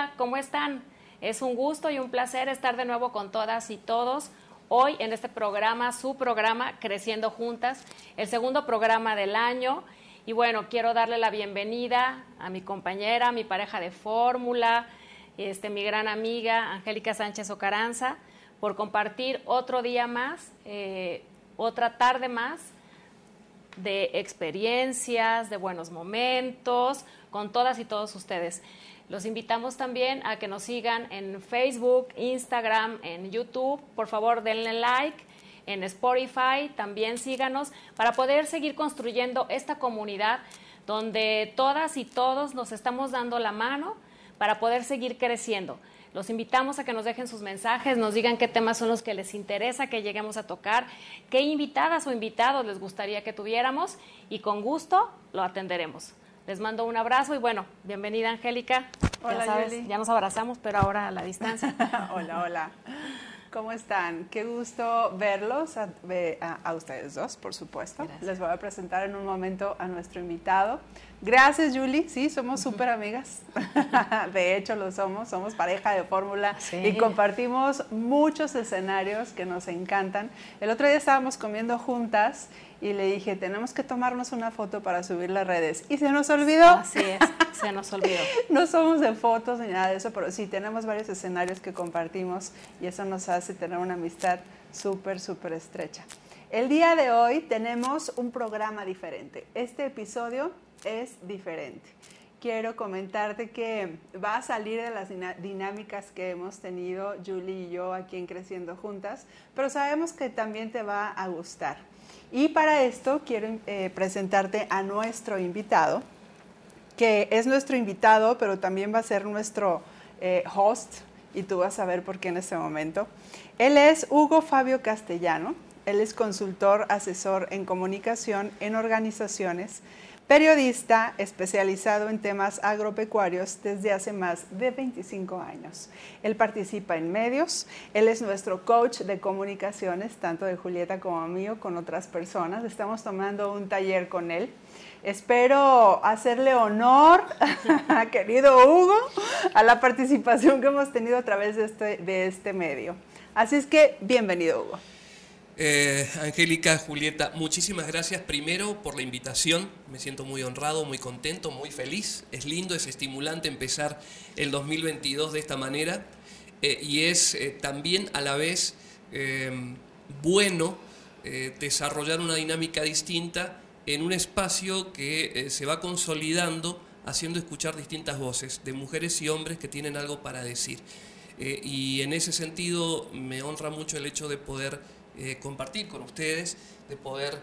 Hola, ¿cómo están? Es un gusto y un placer estar de nuevo con todas y todos hoy en este programa, su programa Creciendo Juntas, el segundo programa del año. Y bueno, quiero darle la bienvenida a mi compañera, mi pareja de fórmula, mi gran amiga Angélica Sánchez Ocaranza, por compartir otro día más, otra tarde más de experiencias, de buenos momentos, con todas y todos ustedes. Los invitamos también a que nos sigan en Facebook, Instagram, en YouTube. Por favor, denle like. En Spotify también síganos para poder seguir construyendo esta comunidad donde todas y todos nos estamos dando la mano para poder seguir creciendo. Los invitamos a que nos dejen sus mensajes, nos digan qué temas son los que les interesa que lleguemos a tocar, qué invitadas o invitados les gustaría que tuviéramos y con gusto lo atenderemos. Les mando un abrazo y bueno, bienvenida Angélica. Hola, ya sabes, Yuli. ya nos abrazamos, pero ahora a la distancia. Hola, hola. ¿Cómo están? Qué gusto verlos, a ustedes dos, por supuesto. Gracias. Les voy a presentar en un momento a nuestro invitado. Gracias, Yuli. Sí, somos súper amigas. De hecho, lo somos pareja de fórmula y compartimos muchos escenarios que nos encantan. El otro día estábamos comiendo juntas y le dije, tenemos que tomarnos una foto para subir las redes. Y se nos olvidó. Así es, se nos olvidó. No somos de fotos ni nada de eso, pero sí tenemos varios escenarios que compartimos y eso nos hace tener una amistad súper, súper estrecha. El día de hoy tenemos un programa diferente. Este episodio es diferente. Quiero comentarte que va a salir de las dinámicas que hemos tenido Julie y yo aquí en Creciendo Juntas, pero sabemos que también te va a gustar. Y para esto quiero presentarte a nuestro invitado, que es nuestro invitado, pero también va a ser nuestro host, y tú vas a ver por qué en este momento. Él es Hugo Fabio Castellano, él es consultor, asesor en comunicación en organizaciones, periodista especializado en temas agropecuarios desde hace más de 25 años. Él participa en medios, él es nuestro coach de comunicaciones, tanto de Julieta como mío, con otras personas. Estamos tomando un taller con él. Espero hacerle honor, querido Hugo, a la participación que hemos tenido a través de este medio. Así es que, bienvenido, Hugo. Angélica, Julieta, muchísimas gracias primero por la invitación. Me siento muy honrado, muy contento, muy feliz. Es lindo, es estimulante empezar el 2022 de esta manera y es también a la vez bueno desarrollar una dinámica distinta en un espacio que se va consolidando, haciendo escuchar distintas voces de mujeres y hombres que tienen algo para decir. Y en ese sentido me honra mucho el hecho de poder compartir con ustedes, de poder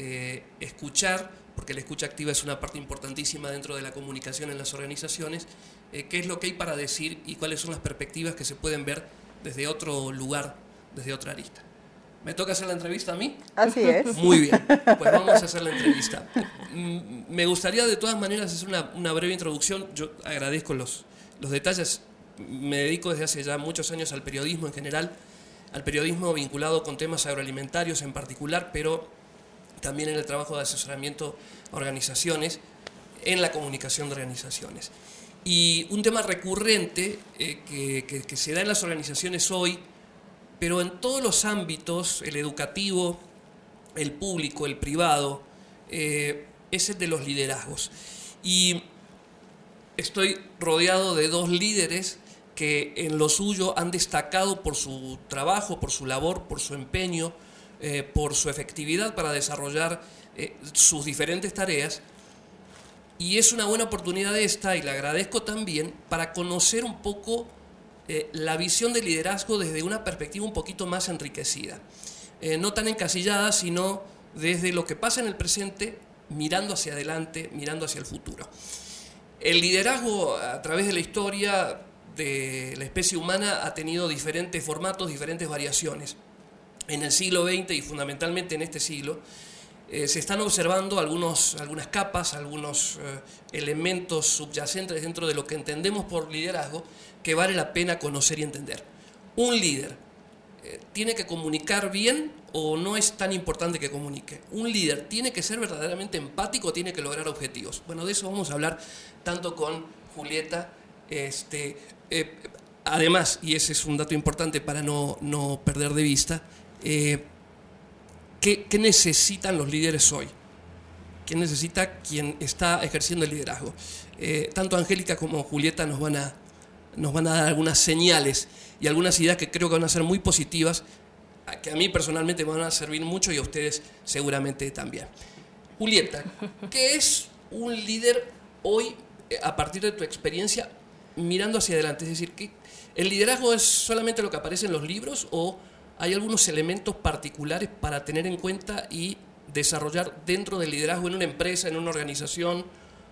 escuchar, porque la escucha activa es una parte importantísima dentro de la comunicación en las organizaciones, qué es lo que hay para decir y cuáles son las perspectivas que se pueden ver desde otro lugar, desde otra arista. ¿Me toca hacer la entrevista a mí? Así es. Muy bien, pues vamos a hacer la entrevista. Me gustaría de todas maneras hacer una breve introducción. Yo agradezco los detalles. Me dedico desde hace ya muchos años al periodismo en general, al periodismo vinculado con temas agroalimentarios en particular, pero también en el trabajo de asesoramiento a organizaciones, en la comunicación de organizaciones. Y un tema recurrente que se da en las organizaciones hoy, pero en todos los ámbitos, el educativo, el público, el privado, es el de los liderazgos. Y estoy rodeado de dos líderes que en lo suyo han destacado por su trabajo, por su labor, por su empeño, por su efectividad para desarrollar sus diferentes tareas. Y es una buena oportunidad esta, y le agradezco también, para conocer un poco la visión del liderazgo desde una perspectiva un poquito más enriquecida. No tan encasillada, sino desde lo que pasa en el presente, mirando hacia adelante, mirando hacia el futuro. El liderazgo a través de la historia de la especie humana ha tenido diferentes formatos, diferentes variaciones. En el siglo XX y fundamentalmente en este siglo se están observando algunas capas, algunos elementos subyacentes dentro de lo que entendemos por liderazgo que vale la pena conocer y entender. Un líder tiene que comunicar bien o no es tan importante que comunique. Un líder tiene que ser verdaderamente empático, tiene que lograr objetivos. Bueno, de eso vamos a hablar tanto con Julieta Además, y ese es un dato importante para no perder de vista, ¿qué necesitan los líderes hoy? ¿Qué necesita quien está ejerciendo el liderazgo? Tanto Angélica como Julieta nos van a dar algunas señales y algunas ideas que creo que van a ser muy positivas, que a mí personalmente me van a servir mucho y a ustedes seguramente también. Julieta, ¿qué es un líder hoy a partir de tu experiencia mirando hacia adelante? Es decir, ¿el liderazgo es solamente lo que aparece en los libros o hay algunos elementos particulares para tener en cuenta y desarrollar dentro del liderazgo en una empresa, en una organización,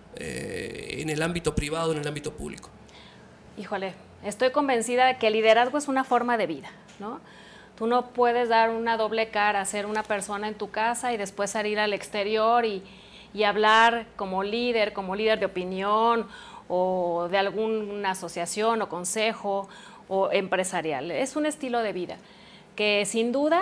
en el ámbito privado, en el ámbito público? Híjole, estoy convencida de que el liderazgo es una forma de vida, ¿no? Tú no puedes dar una doble cara, ser una persona en tu casa y después salir al exterior y hablar como líder de opinión o de alguna asociación o consejo o empresarial. Es un estilo de vida que sin duda,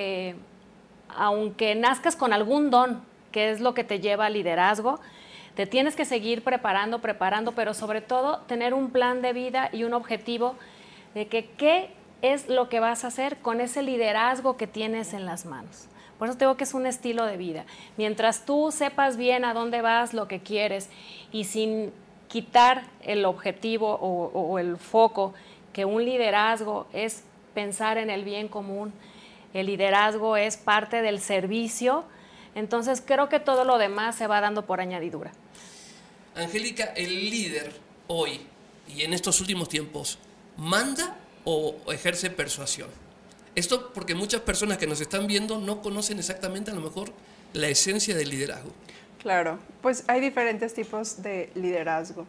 aunque nazcas con algún don, que es lo que te lleva al liderazgo, te tienes que seguir preparando, pero sobre todo tener un plan de vida y un objetivo de que qué es lo que vas a hacer con ese liderazgo que tienes en las manos. Por eso te digo que es un estilo de vida. Mientras tú sepas bien a dónde vas, lo que quieres, y sin quitar el objetivo o el foco, que un liderazgo es pensar en el bien común, el liderazgo es parte del servicio, entonces creo que todo lo demás se va dando por añadidura. Angélica, el líder hoy y en estos últimos tiempos, ¿manda o ejerce persuasión? Esto porque muchas personas que nos están viendo no conocen exactamente a lo mejor la esencia del liderazgo. Claro, pues hay diferentes tipos de liderazgo.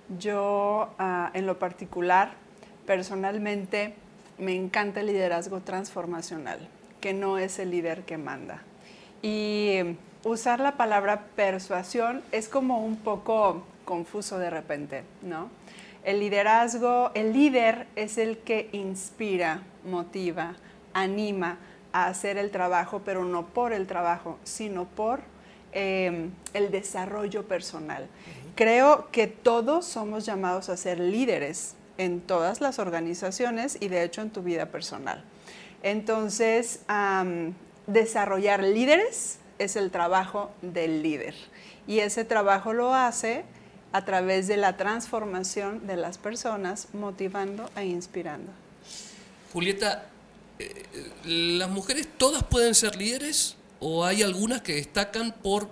Yo, en lo particular, personalmente, me encanta el liderazgo transformacional, que no es el líder que manda. Y usar la palabra persuasión es como un poco confuso de repente, ¿no? El liderazgo, el líder es el que inspira, motiva, anima a hacer el trabajo, pero no por el trabajo, sino por el desarrollo personal. Creo que todos somos llamados a ser líderes en todas las organizaciones y de hecho en tu vida personal. Entonces, desarrollar líderes es el trabajo del líder y ese trabajo lo hace a través de la transformación de las personas, motivando e inspirando. Julieta, ¿las mujeres todas pueden ser líderes o hay algunas que destacan por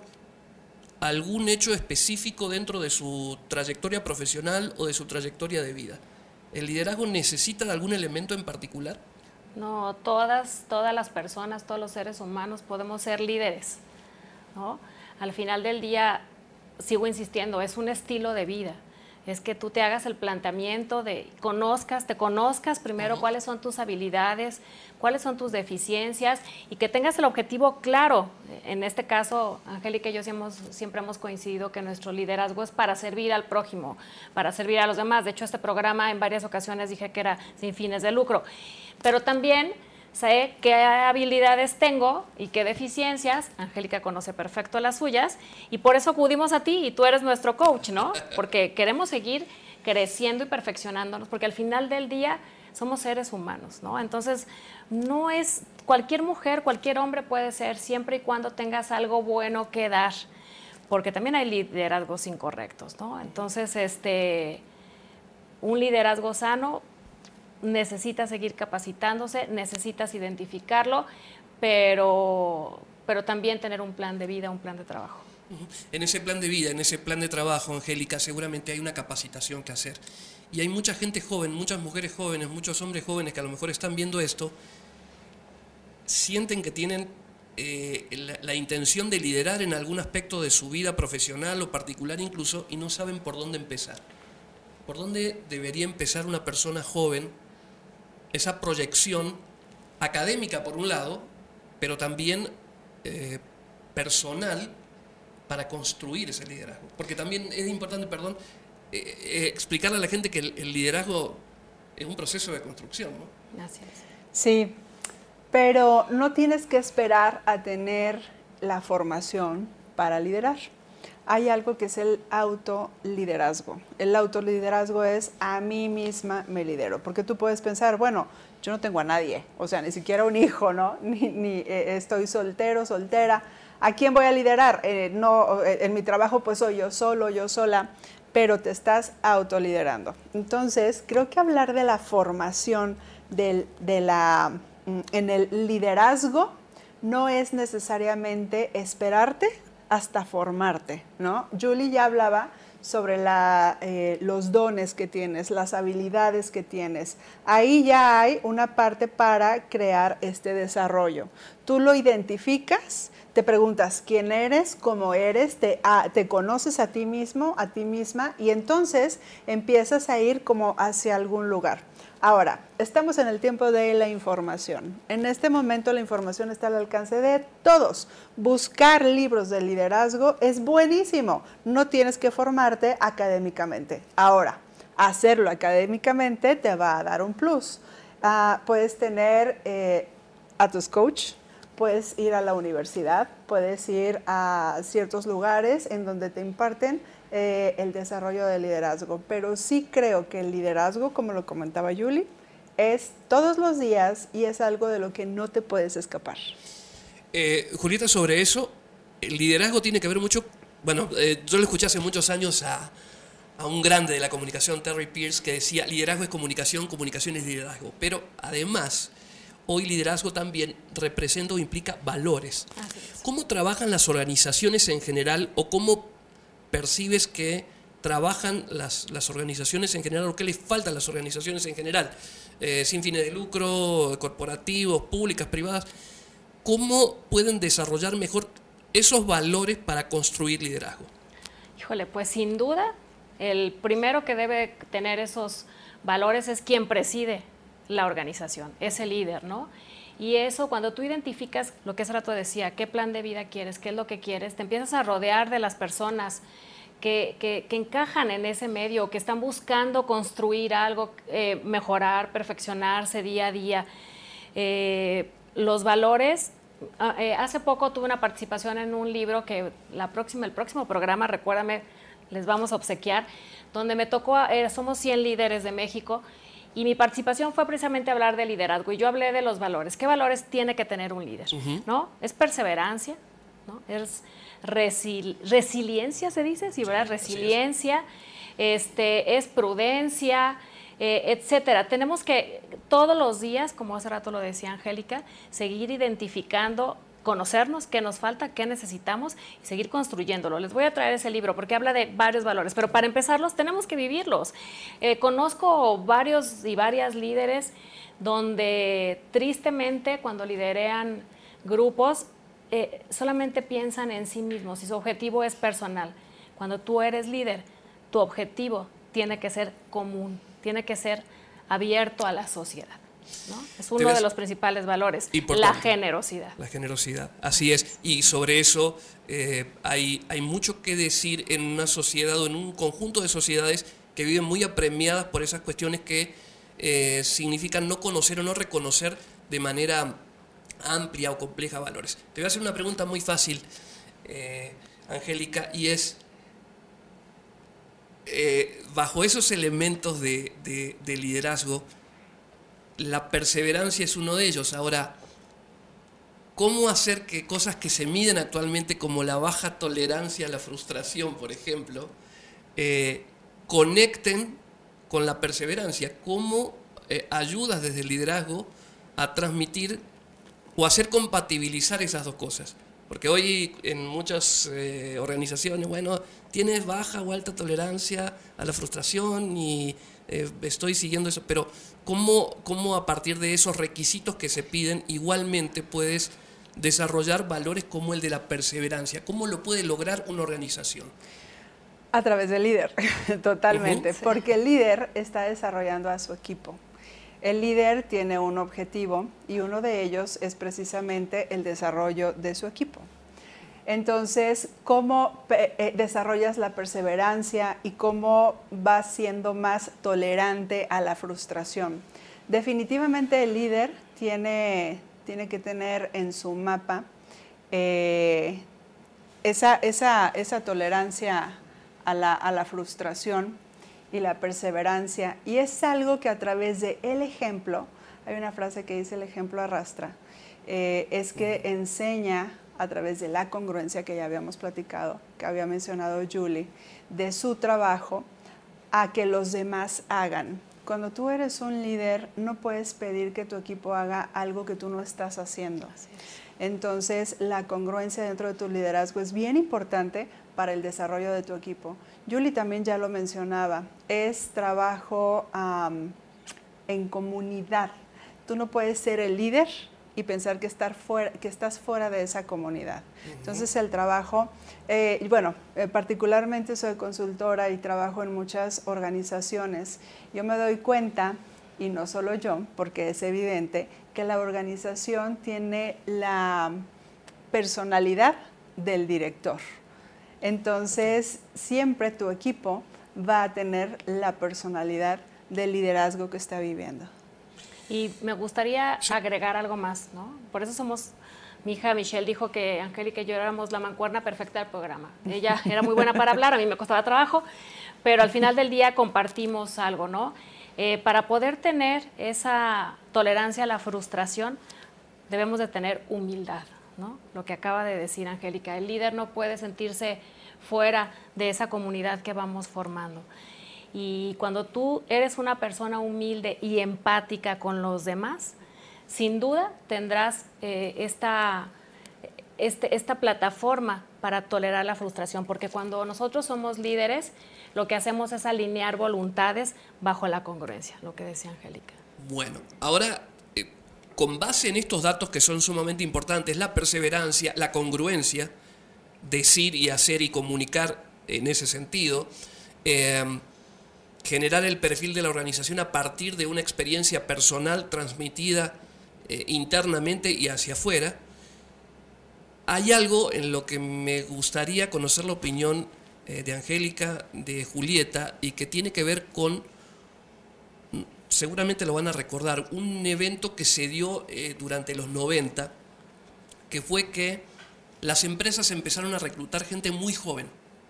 algún hecho específico dentro de su trayectoria profesional o de su trayectoria de vida? ¿El liderazgo necesita de algún elemento en particular? No, todas las personas, todos los seres humanos podemos ser líderes, ¿no? Al final del día, sigo insistiendo, es un estilo de vida. Es que tú te hagas el planteamiento de te conozcas primero cuáles son tus habilidades, cuáles son tus deficiencias y que tengas el objetivo claro. En este caso, Angélica y yo siempre hemos coincidido que nuestro liderazgo es para servir al prójimo, para servir a los demás. De hecho, este programa en varias ocasiones dije que era sin fines de lucro. Pero también sé qué habilidades tengo y qué deficiencias. Angélica conoce perfecto las suyas y por eso acudimos a ti y tú eres nuestro coach, ¿no? Porque queremos seguir creciendo y perfeccionándonos, porque al final del día somos seres humanos, ¿no? Entonces, no es cualquier mujer, cualquier hombre puede ser, siempre y cuando tengas algo bueno que dar, porque también hay liderazgos incorrectos, ¿no? Entonces, un liderazgo sano necesitas seguir capacitándose, necesitas identificarlo, pero también tener un plan de vida, un plan de trabajo. En ese plan de vida, en ese plan de trabajo, Angélica, seguramente hay una capacitación que hacer. Y hay mucha gente joven, muchas mujeres jóvenes, muchos hombres jóvenes que a lo mejor están viendo esto, sienten que tienen la intención de liderar en algún aspecto de su vida profesional o particular incluso, y no saben por dónde empezar. ¿Por dónde debería empezar una persona joven esa proyección académica por un lado, pero también personal para construir ese liderazgo? Porque también es importante, explicarle a la gente que el liderazgo es un proceso de construcción, ¿no? Así es. Sí, pero no tienes que esperar a tener la formación para liderar. hay algo que es el autoliderazgo. El autoliderazgo es a mí misma me lidero, porque tú puedes pensar, bueno, yo no tengo a nadie, o sea, ni siquiera un hijo, ¿no? Ni estoy soltero, soltera. ¿A quién voy a liderar? No, en mi trabajo pues soy yo solo, yo sola, pero te estás autoliderando. Entonces, creo que hablar de la formación en el liderazgo no es necesariamente esperarte hasta formarte, ¿no? Julie ya hablaba sobre los dones que tienes, las habilidades que tienes. Ahí ya hay una parte para crear este desarrollo. Tú lo identificas, te preguntas quién eres, cómo eres, te conoces a ti mismo, a ti misma, y entonces empiezas a ir como hacia algún lugar. Ahora, estamos en el tiempo de la información. En este momento la información está al alcance de todos. Buscar libros de liderazgo es buenísimo. No tienes que formarte académicamente. Ahora, hacerlo académicamente te va a dar un plus. Puedes tener a tus coach, puedes ir a la universidad, puedes ir a ciertos lugares en donde te imparten el desarrollo del liderazgo, pero sí creo que el liderazgo, como lo comentaba Julie, es todos los días y es algo de lo que no te puedes escapar. Julieta, sobre eso, el liderazgo tiene que ver mucho, bueno, yo lo escuché hace muchos años a un grande de la comunicación, Terry Pierce, que decía, liderazgo es comunicación, comunicación es liderazgo, pero además, hoy liderazgo también representa o implica valores. ¿Cómo trabajan las organizaciones en general o cómo percibes que trabajan las organizaciones en general o qué les falta a las organizaciones en general? Sin fines de lucro, corporativos, públicas, privadas. ¿Cómo pueden desarrollar mejor esos valores para construir liderazgo? Híjole, pues sin duda, el primero que debe tener esos valores es quien preside la organización, es el líder, ¿no? Y eso, cuando tú identificas lo que hace rato decía, qué plan de vida quieres, qué es lo que quieres, te empiezas a rodear de las personas que encajan en ese medio, que están buscando construir algo, mejorar, perfeccionarse día a día. Los valores, hace poco tuve una participación en un libro que el próximo programa, recuérdame, les vamos a obsequiar, donde me tocó, somos 100 líderes de México, y mi participación fue precisamente hablar de liderazgo, y yo hablé de los valores. ¿Qué valores tiene que tener un líder? ¿No? Es perseverancia, ¿no? Es resiliencia, se dice, sí, ¿verdad? Resiliencia, es prudencia, etcétera. Tenemos que todos los días, como hace rato lo decía Angélica, seguir identificando, conocernos qué nos falta, qué necesitamos y seguir construyéndolo. Les voy a traer ese libro porque habla de varios valores, pero para empezarlos tenemos que vivirlos. Conozco varios y varias líderes donde tristemente cuando liderean grupos solamente piensan en sí mismos y su objetivo es personal. Cuando tú eres líder, tu objetivo tiene que ser común, tiene que ser abierto a la sociedad, ¿no? Es uno de los principales valores, la generosidad. La generosidad, así es. Y sobre eso hay mucho que decir en una sociedad o en un conjunto de sociedades que viven muy apremiadas por esas cuestiones que significan no conocer o no reconocer de manera amplia o compleja valores. Te voy a hacer una pregunta muy fácil, Angélica, y es, bajo esos elementos de liderazgo, la perseverancia es uno de ellos. Ahora, ¿cómo hacer que cosas que se miden actualmente como la baja tolerancia a la frustración, por ejemplo, conecten con la perseverancia? ¿Cómo ayudas desde el liderazgo a transmitir o hacer compatibilizar esas dos cosas? Porque hoy en muchas organizaciones, bueno, tienes baja o alta tolerancia a la frustración y estoy siguiendo eso, pero ¿cómo a partir de esos requisitos que se piden igualmente puedes desarrollar valores como el de la perseverancia? ¿Cómo lo puede lograr una organización? A través del líder, totalmente, porque el líder está desarrollando a su equipo. El líder tiene un objetivo y uno de ellos es precisamente el desarrollo de su equipo. Entonces, ¿cómo desarrollas la perseverancia y cómo vas siendo más tolerante a la frustración? Definitivamente el líder tiene que tener en su mapa esa tolerancia a la frustración y la perseverancia, y es algo que a través de el ejemplo, hay una frase que dice el ejemplo arrastra, es que enseña a través de la congruencia que ya habíamos platicado, que había mencionado Julie, de su trabajo a que los demás hagan. Cuando tú eres un líder, no puedes pedir que tu equipo haga algo que tú no estás haciendo. Entonces, la congruencia dentro de tu liderazgo es bien importante para el desarrollo de tu equipo. Julie también ya lo mencionaba, es trabajo en comunidad. Tú no puedes ser el líder y pensar que estás fuera de esa comunidad. Entonces el trabajo, particularmente soy consultora y trabajo en muchas organizaciones. Yo me doy cuenta, y no solo yo, porque es evidente, que la organización tiene la personalidad del director. Entonces siempre tu equipo va a tener la personalidad del liderazgo que está viviendo. Y me gustaría agregar algo más, ¿no? Por eso mi hija Michelle dijo que Angélica y yo éramos la mancuerna perfecta del programa. Ella era muy buena para hablar, a mí me costaba trabajo, pero al final del día compartimos algo, ¿no? Para poder tener esa tolerancia a la frustración, debemos de tener humildad, ¿no? Lo que acaba de decir Angélica, el líder no puede sentirse fuera de esa comunidad que vamos formando. Y cuando tú eres una persona humilde y empática con los demás, sin duda tendrás esta plataforma para tolerar la frustración, porque cuando nosotros somos líderes, lo que hacemos es alinear voluntades bajo la congruencia, lo que decía Angélica. Bueno, ahora, con base en estos datos que son sumamente importantes, la perseverancia, la congruencia, decir y hacer y comunicar en ese sentido, generar el perfil de la organización a partir de una experiencia personal transmitida internamente y hacia afuera. Hay algo en lo que me gustaría conocer la opinión de Angélica, de Julieta, y que tiene que ver con, seguramente lo van a recordar, un evento que se dio durante los 90, que fue que las empresas empezaron a reclutar gente muy joven,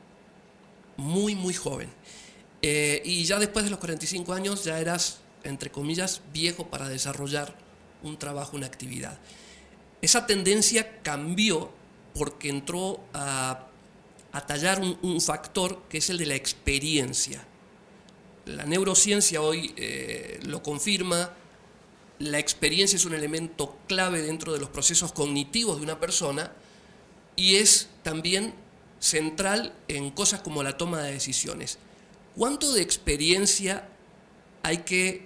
muy joven. Y ya después de los 45 años ya eras, entre comillas, viejo para desarrollar un trabajo, una actividad. Esa tendencia cambió porque entró a tallar un factor que es el de la experiencia. La neurociencia hoy lo confirma. La experiencia es un elemento clave dentro de los procesos cognitivos de una persona y es también central en cosas como la toma de decisiones. ¿Cuánto de experiencia hay que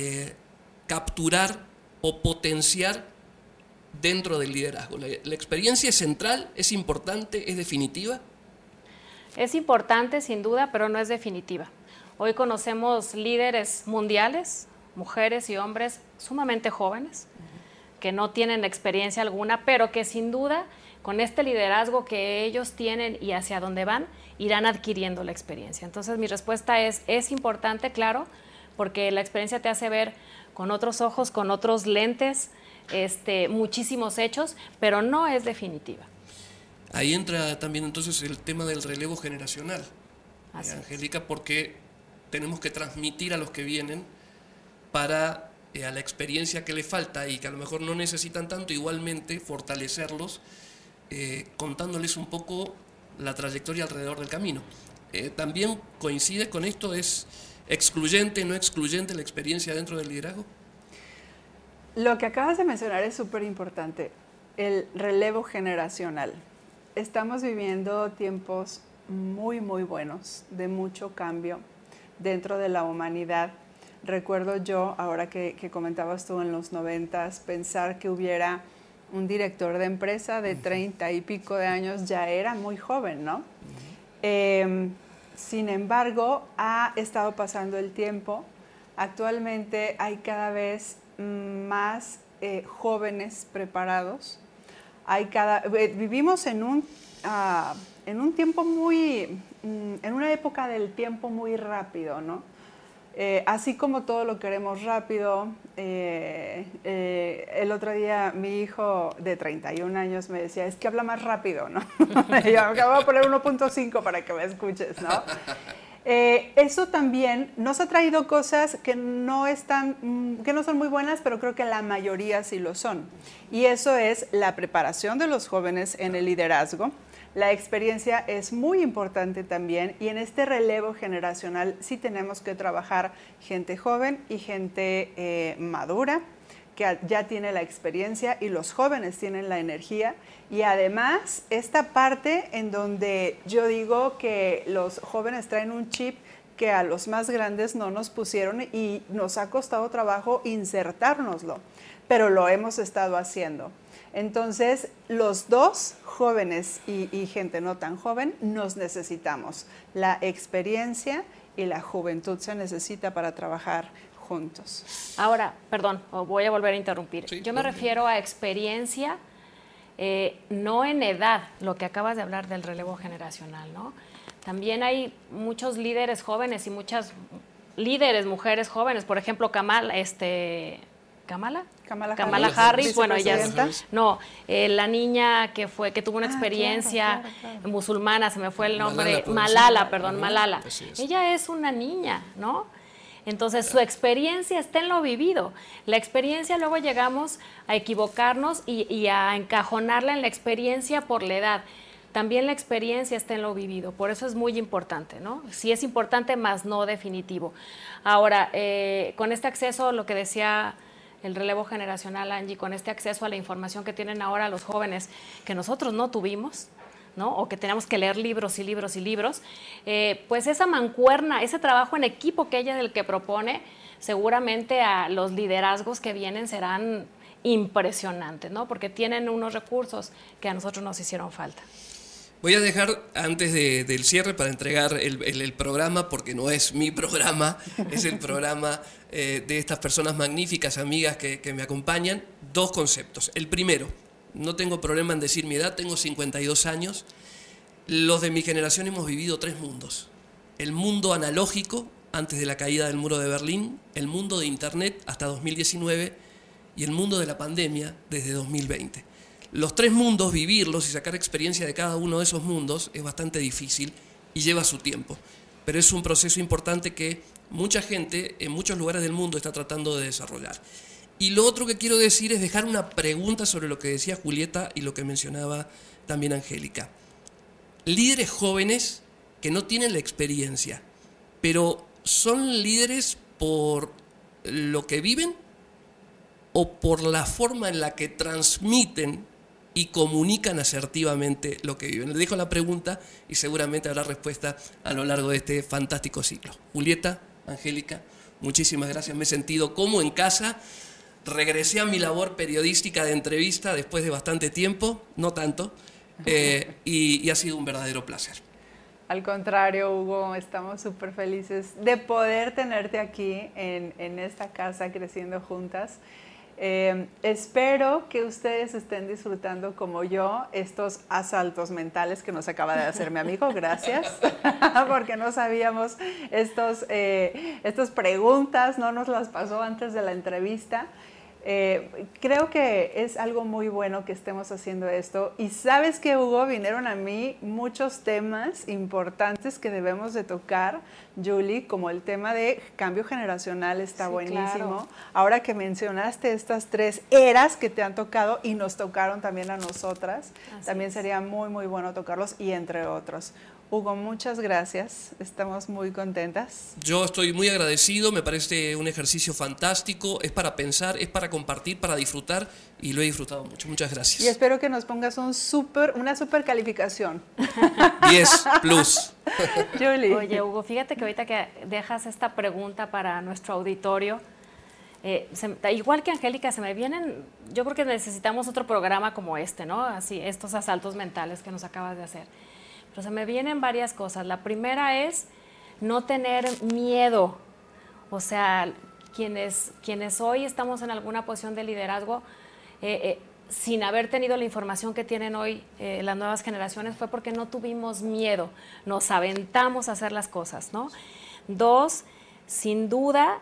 capturar o potenciar dentro del liderazgo? ¿La experiencia es central, es importante, es definitiva? Es importante, sin duda, pero no es definitiva. Hoy conocemos líderes mundiales, mujeres y hombres sumamente jóvenes, que no tienen experiencia alguna, pero que sin duda, con este liderazgo que ellos tienen y hacia dónde van, irán adquiriendo la experiencia. Entonces, mi respuesta es importante, claro, porque la experiencia te hace ver con otros ojos, con otros lentes, muchísimos hechos, pero no es definitiva. Ahí entra también entonces el tema del relevo generacional, Angélica, porque tenemos que transmitir a los que vienen para a la experiencia que les falta y que a lo mejor no necesitan tanto, igualmente fortalecerlos, contándoles un poco la trayectoria alrededor del camino. ¿También coincide con esto? ¿Es excluyente, no excluyente la experiencia dentro del liderazgo? Lo que acabas de mencionar es súper importante, el relevo generacional. Estamos viviendo tiempos muy buenos, de mucho cambio dentro de la humanidad. Recuerdo yo, ahora que comentabas tú en los 90s, pensar que hubiera un director de empresa de 30 y pico de años, ya era muy joven, ¿no? Sin embargo, ha estado pasando el tiempo. Actualmente hay cada vez más jóvenes preparados. Vivimos en un tiempo en una época del tiempo muy rápido, ¿no? Así como todo lo queremos rápido, el otro día mi hijo de 31 años me decía, es que habla más rápido, ¿no? Y yo voy a poner 1.5 para que me escuches, ¿no? Eso también nos ha traído cosas que no son muy buenas, pero creo que la mayoría sí lo son. Y eso es la preparación de los jóvenes en el liderazgo. La experiencia es muy importante también, y en este relevo generacional sí tenemos que trabajar gente joven y gente madura, que ya tiene la experiencia, y los jóvenes tienen la energía. Y además esta parte en donde yo digo que los jóvenes traen un chip que a los más grandes no nos pusieron y nos ha costado trabajo insertárnoslo, pero lo hemos estado haciendo. Entonces, los dos, jóvenes y gente no tan joven, nos necesitamos. La experiencia y la juventud se necesita para trabajar juntos. Ahora, perdón, voy a volver a interrumpir. Sí, yo me refiero a experiencia, no en edad, lo que acabas de hablar del relevo generacional, ¿no? También hay muchos líderes jóvenes y muchas líderes mujeres jóvenes. Por ejemplo, Kamala Harris, bueno, ella es, la niña que tuvo una experiencia musulmana, se me fue el nombre, Malala. Ella es una niña, ¿no? Entonces, su experiencia está en lo vivido. La experiencia, luego llegamos a equivocarnos y a encajonarla en la experiencia por la edad. También la experiencia está en lo vivido, por eso es muy importante, ¿no? Sí es importante, más no definitivo. Ahora, con este acceso, lo que decía el relevo generacional, Angie, con este acceso a la información que tienen ahora los jóvenes, que nosotros no tuvimos, ¿no? O que tenemos que leer libros y libros y libros, pues esa mancuerna, ese trabajo en equipo que ella es el que propone, seguramente a los liderazgos que vienen serán impresionantes, ¿no? Porque tienen unos recursos que a nosotros nos hicieron falta. Voy a dejar, antes del cierre, para entregar el programa, porque no es mi programa, es el programa de estas personas magníficas, amigas que me acompañan, dos conceptos. El primero, no tengo problema en decir mi edad, tengo 52 años. Los de mi generación hemos vivido tres mundos. El mundo analógico, antes de la caída del muro de Berlín, el mundo de Internet hasta 2019 y el mundo de la pandemia desde 2020. Los tres mundos, vivirlos y sacar experiencia de cada uno de esos mundos es bastante difícil y lleva su tiempo. Pero es un proceso importante que mucha gente en muchos lugares del mundo está tratando de desarrollar. Y lo otro que quiero decir es dejar una pregunta sobre lo que decía Julieta y lo que mencionaba también Angélica. Líderes jóvenes que no tienen la experiencia, pero ¿son líderes por lo que viven o por la forma en la que transmiten y comunican asertivamente lo que viven? Les dejo la pregunta y seguramente habrá respuesta a lo largo de este fantástico ciclo. Julieta, Angélica, muchísimas gracias. Me he sentido como en casa. Regresé a mi labor periodística de entrevista después de bastante tiempo, no tanto, y ha sido un verdadero placer. Al contrario, Hugo, estamos súper felices de poder tenerte aquí en esta casa creciendo juntas. Espero que ustedes estén disfrutando como yo estos asaltos mentales que nos acaba de hacer mi amigo, gracias, porque no sabíamos estas preguntas, no nos las pasó antes de la entrevista. Creo que es algo muy bueno que estemos haciendo esto, y sabes que, Hugo, vinieron a mí muchos temas importantes que debemos de tocar, Julie, como el tema de cambio generacional, está sí, buenísimo. Claro. Ahora que mencionaste estas tres eras que te han tocado y nos tocaron también a nosotras, así también sería muy muy bueno tocarlos, y entre otros. Hugo, muchas gracias, estamos muy contentas. Yo estoy muy agradecido, me parece un ejercicio fantástico, es para pensar, es para compartir, para disfrutar, y lo he disfrutado mucho. Muchas gracias. Y espero que nos pongas una super calificación. 10 plus. Julie. Oye, Hugo, fíjate que ahorita que dejas esta pregunta para nuestro auditorio, igual que Angélica, se me vienen, yo creo que necesitamos otro programa como este, ¿no? Así, estos asaltos mentales que nos acabas de hacer. Pero se me vienen varias cosas. La primera es no tener miedo. O sea, quienes hoy estamos en alguna posición de liderazgo, sin haber tenido la información que tienen hoy las nuevas generaciones, fue porque no tuvimos miedo. Nos aventamos a hacer las cosas, ¿no? 2, sin duda,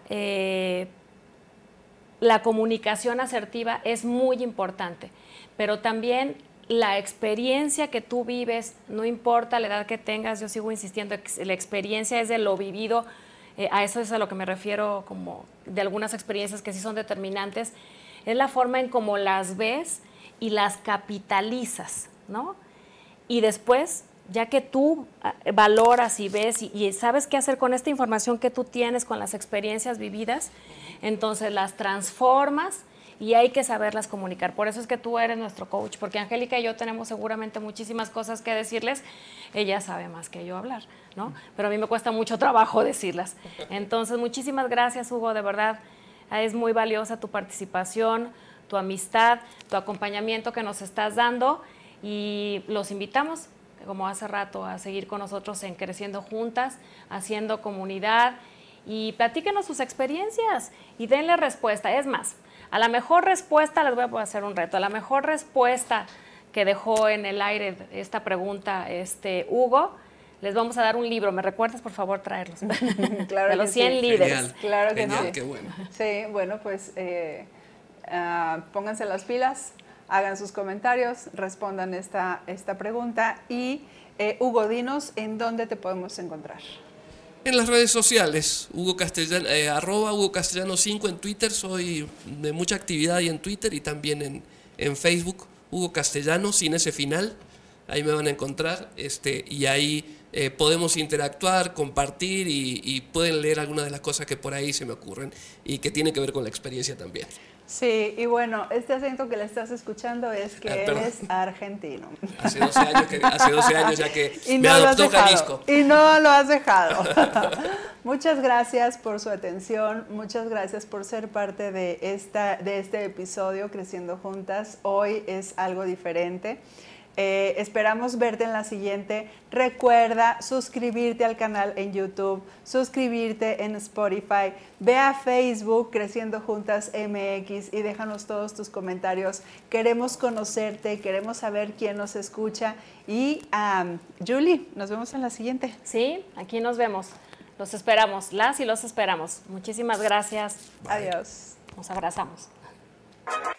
la comunicación asertiva es muy importante, pero también la experiencia que tú vives, no importa la edad que tengas, yo sigo insistiendo, la experiencia es de lo vivido, a eso es a lo que me refiero, como de algunas experiencias que sí son determinantes, es la forma en cómo las ves y las capitalizas, ¿no? Y después, ya que tú valoras y ves y sabes qué hacer con esta información que tú tienes, con las experiencias vividas, entonces las transformas y hay que saberlas comunicar. Por eso es que tú eres nuestro coach, porque Angélica y yo tenemos seguramente muchísimas cosas que decirles. Ella sabe más que yo hablar, ¿no? Pero a mí me cuesta mucho trabajo decirlas. Entonces, muchísimas gracias, Hugo, de verdad. Es muy valiosa tu participación, tu amistad, tu acompañamiento que nos estás dando y los invitamos, como hace rato, a seguir con nosotros en Creciendo Juntas, haciendo comunidad y platíquenos sus experiencias y denle respuesta. Es más, a la mejor respuesta, les voy a hacer un reto, a la mejor respuesta que dejó en el aire esta pregunta Hugo, les vamos a dar un libro. ¿Me recuerdas, por favor, traerlos? Claro, de los 100 sí. líderes. Genial. Claro que Genial, sí. qué bueno. Sí, bueno, pues pónganse las pilas, hagan sus comentarios, respondan esta pregunta y Hugo, dinos en dónde te podemos encontrar. En las redes sociales, Hugo Castellano, arroba Hugo Castellano 5 en Twitter, soy de mucha actividad ahí en Twitter y también en Facebook, Hugo Castellano, sin ese final, ahí me van a encontrar, y ahí podemos interactuar, compartir y pueden leer algunas de las cosas que por ahí se me ocurren y que tienen que ver con la experiencia también. Sí, y bueno, este acento que le estás escuchando es que él es argentino. Hace 12 años ya que Y me no lo has adoptó dejado, Jalisco. y no lo has dejado. Muchas gracias por su atención, muchas gracias por ser parte de este episodio Creciendo Juntas. Hoy es algo diferente. Esperamos verte en la siguiente. Recuerda suscribirte al canal en YouTube, suscribirte en Spotify, ve a Facebook Creciendo Juntas MX y déjanos todos tus comentarios. Queremos conocerte, queremos saber quién nos escucha. Y Julie, nos vemos en la siguiente. Sí, aquí nos vemos. Los esperamos, las y los esperamos. Muchísimas gracias. Bye. Adiós. Nos abrazamos.